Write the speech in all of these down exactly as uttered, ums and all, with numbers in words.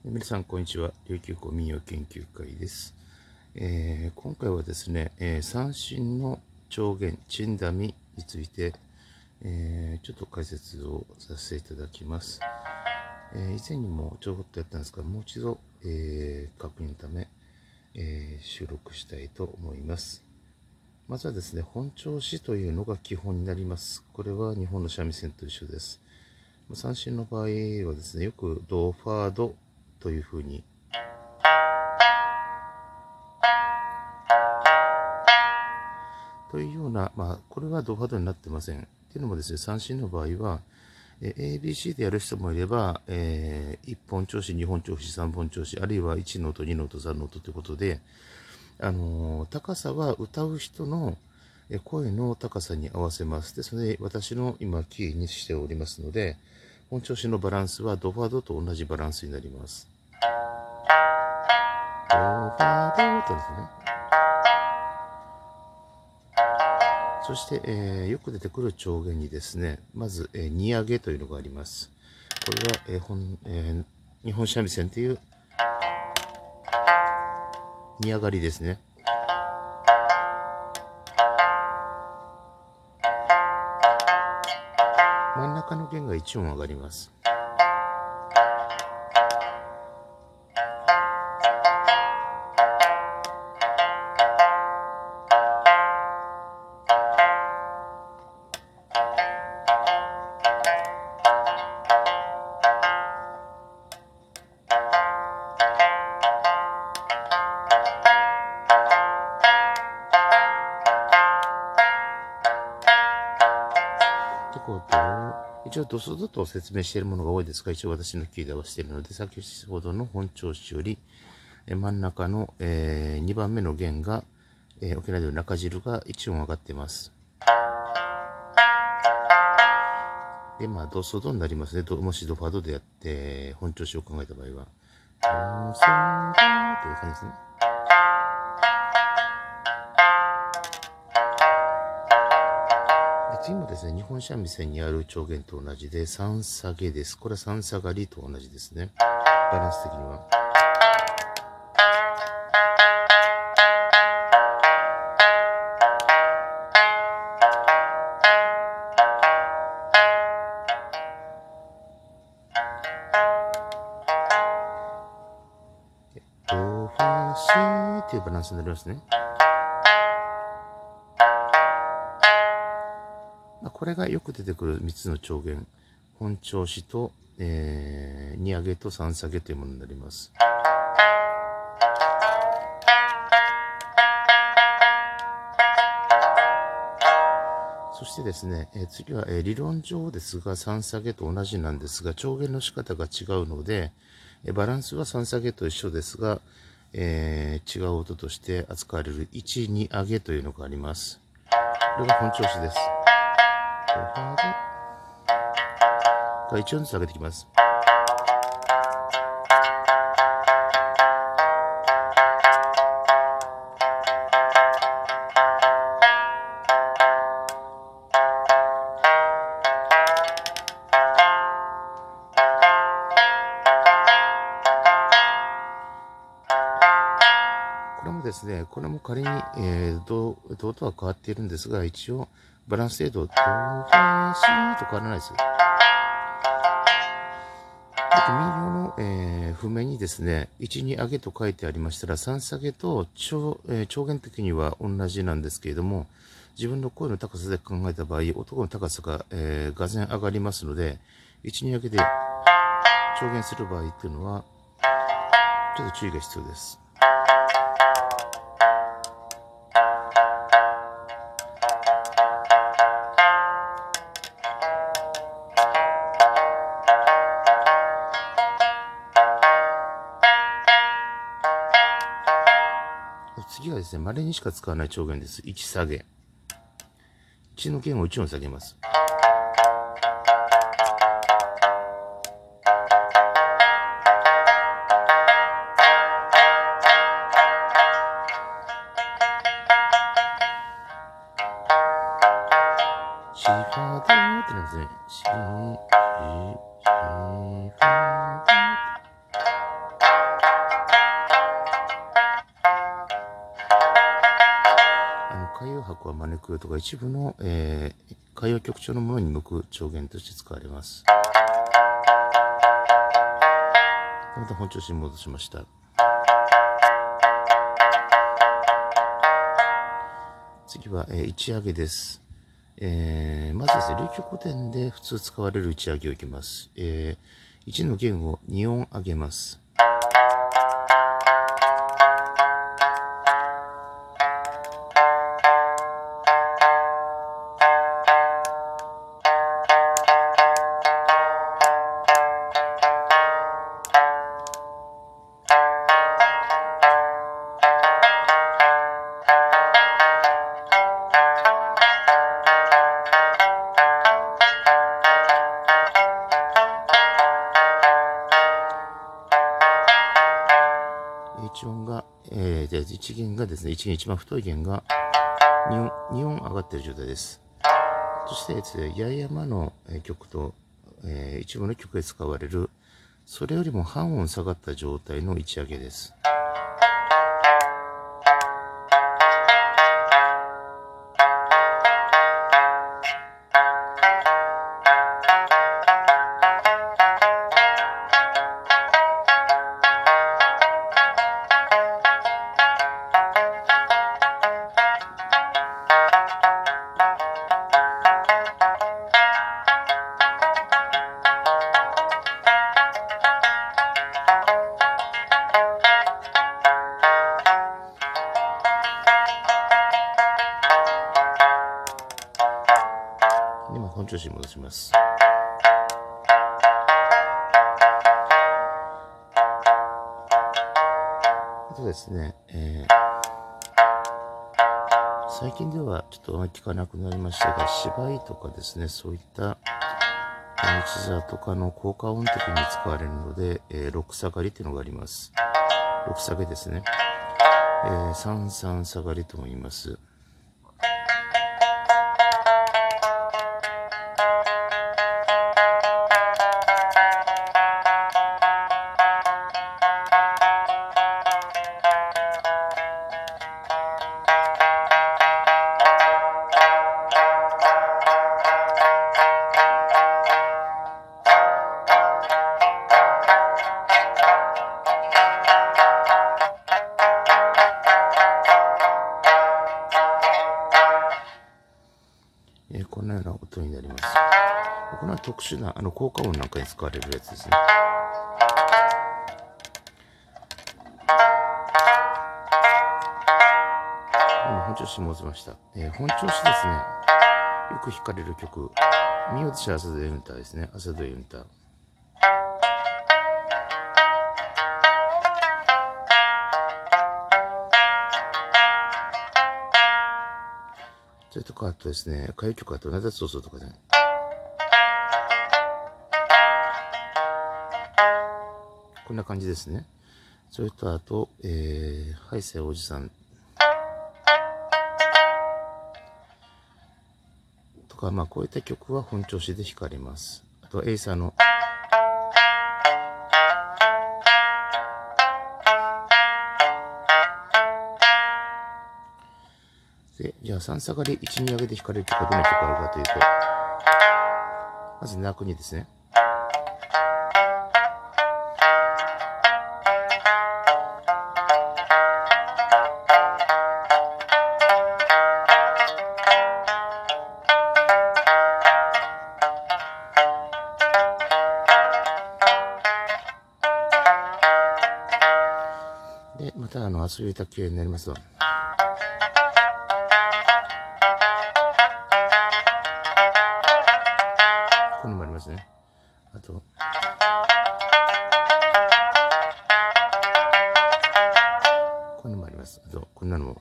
皆さん、こんにちは。琉球古民謡研究会です。えー、今回はですね、えー、三振の調弦、チンダミについて、えー、ちょっと解説をさせていただきます。えー、以前にもちょこっとやったんですが、もう一度、えー、確認のため、えー、収録したいと思います。まずはですね、本調子というのが基本になります。これは日本の三味線と一緒です。三振の場合はですね、よくド、ファードというふうにというような、まあ、これはドファドになってません。っていうのもですね、三振の場合は、えー、エービーシー でやる人もいれば、えー、いっぽん調子、にほん調子、さんぼん調子、あるいはいちの音、にの音、さんの音ということで、あのー、高さは歌う人の声の高さに合わせます。ですので、私の今、キーにしておりますので、本調子のバランスはドファドと同じバランスになります。ドファドとですね。そして、えー、よく出てくる調弦にですね、まず、えー、荷上げというのがあります。これは、えー本えー、日本三味線という荷上がりですね。真ん中の弦がいち音上がります。でこう一応ドスドと説明しているものが多いですが、一応私のキーで合わせているので、先ほどの本調子より真ん中の、えー、にばんめの弦が、えー、沖縄でいう中汁がいち音上がっています。で、まあ、ドソドになりますね。もしドファドでやって、本調子を考えた場合は。ドソドという感じですね。次もですね、日本三味線にある調弦と同じで、三下げです。これは三下がりと同じですね。バランス的には。ドファシーというバランスになりますね。これがよく出てくるみっつの調弦。本調子と、えー、荷上げと三下げというものになります。そしてですね、えー、次は、えー、理論上ですが、三下げと同じなんですが、調弦の仕方が違うので、えー、バランスは三下げと一緒ですが、えー、違う音として扱われるいち、に上げというのがあります。これが本調子です。いち音ずつ上げていきます。これもですね、これも仮に、えー、どう、どうとは変わっているんですが、一応、バランス程度、ドファシーと変わらないです。あと、右側の、えー、譜面にですね、いち、に上げと書いてありましたら、さん下げと調、えー、調弦的には同じなんですけれども、自分の声の高さで考えた場合、音の高さが、えー、がぜん上がりますので、いち、に上げで調弦する場合っていうのは、ちょっと注意が必要です。次はですね、稀にしか使わない調弦です。いち下げ。いちの弦をいち音下げます。シファドってなるんですね。シ、シ、シファド。 白は招くとか一部の、えー、歌謡曲調のものに向く調弦として使われます。また本調子に戻しました。次は、えー、打ち上げです。えー、まずですね、琉球古典で普通使われる打ち上げをいきます。えー、いちの弦をに音上げます。いち音が、えー、いち弦がですね、いち弦一番太い弦がに音、に音上がっている状態です。そしてですね、八重山の曲と、えー、一部の曲で使われる、それよりも半音下がった状態の打ち上げです。今本調子に戻します。あとですね、えー、最近ではちょっとあまり聞かなくなりましたが、芝居とかですね、そういった一座とかの効果音的に使われるので、えー、ろく下がりというのがあります。ろく下げですね。えー、さんさん下がりとも言います。えー、このような音になります。これは特殊なあの効果音なんかに使われるやつですね。今本調子に戻しました。えー、本調子ですね。よく弾かれる曲。ミオデシャ・アサド・エウンターですね。アサド・エウンター。それとか、あとですね、歌謡曲、あと、なざつそうそうとかね。こんな感じですね。それと、あと、えー、ハイセイおじさん。とか、まあ、こういった曲は本調子で弾かれます。あと、エイサーの、で、じゃあさん下がりいちに上げて弾かれる曲はどの曲あるかというと、まず泣くにですね。で、またあの、そういった系になりますわ。こういうのもありますね。あと、こういうのもあります。あと、こんなのも。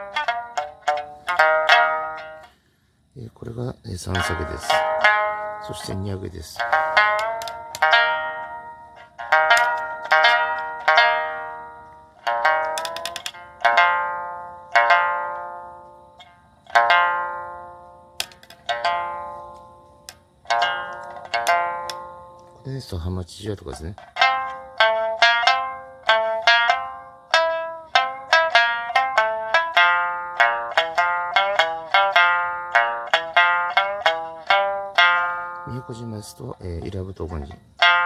これがさん下げです。 そしてに上げです。これですとハマチジュアとかですね。宮古島ですと、えー、イラブトゴンジン。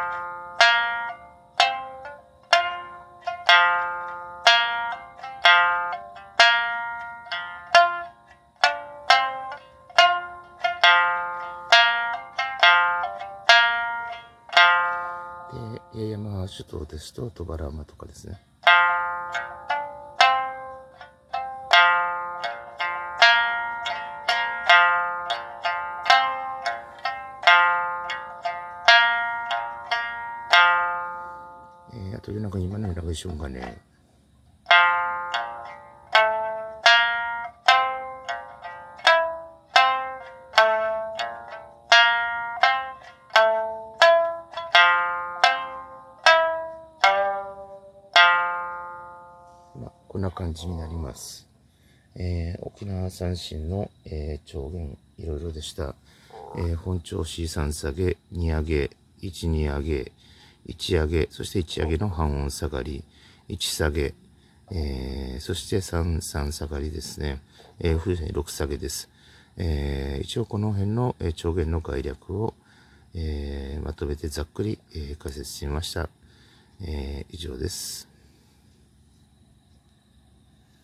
で、八重山諸島ですと、トバラマとかですね。えー、あと夜中に今のラグションがね、まあ、こんな感じになります。えー、沖縄三線の、えー、調弦いろいろでした。えー、本調子さん下げ、に上げ、いち、に上げ、いち上げ、そしていち上げの半音下がり、いち下げ、えー、そしてさん、さん下がりですね。えー、風船ろく下げです。えー、一応この辺の、えー、調弦の概略を、えー、まとめてざっくり、えー、解説してみました。えー、以上です。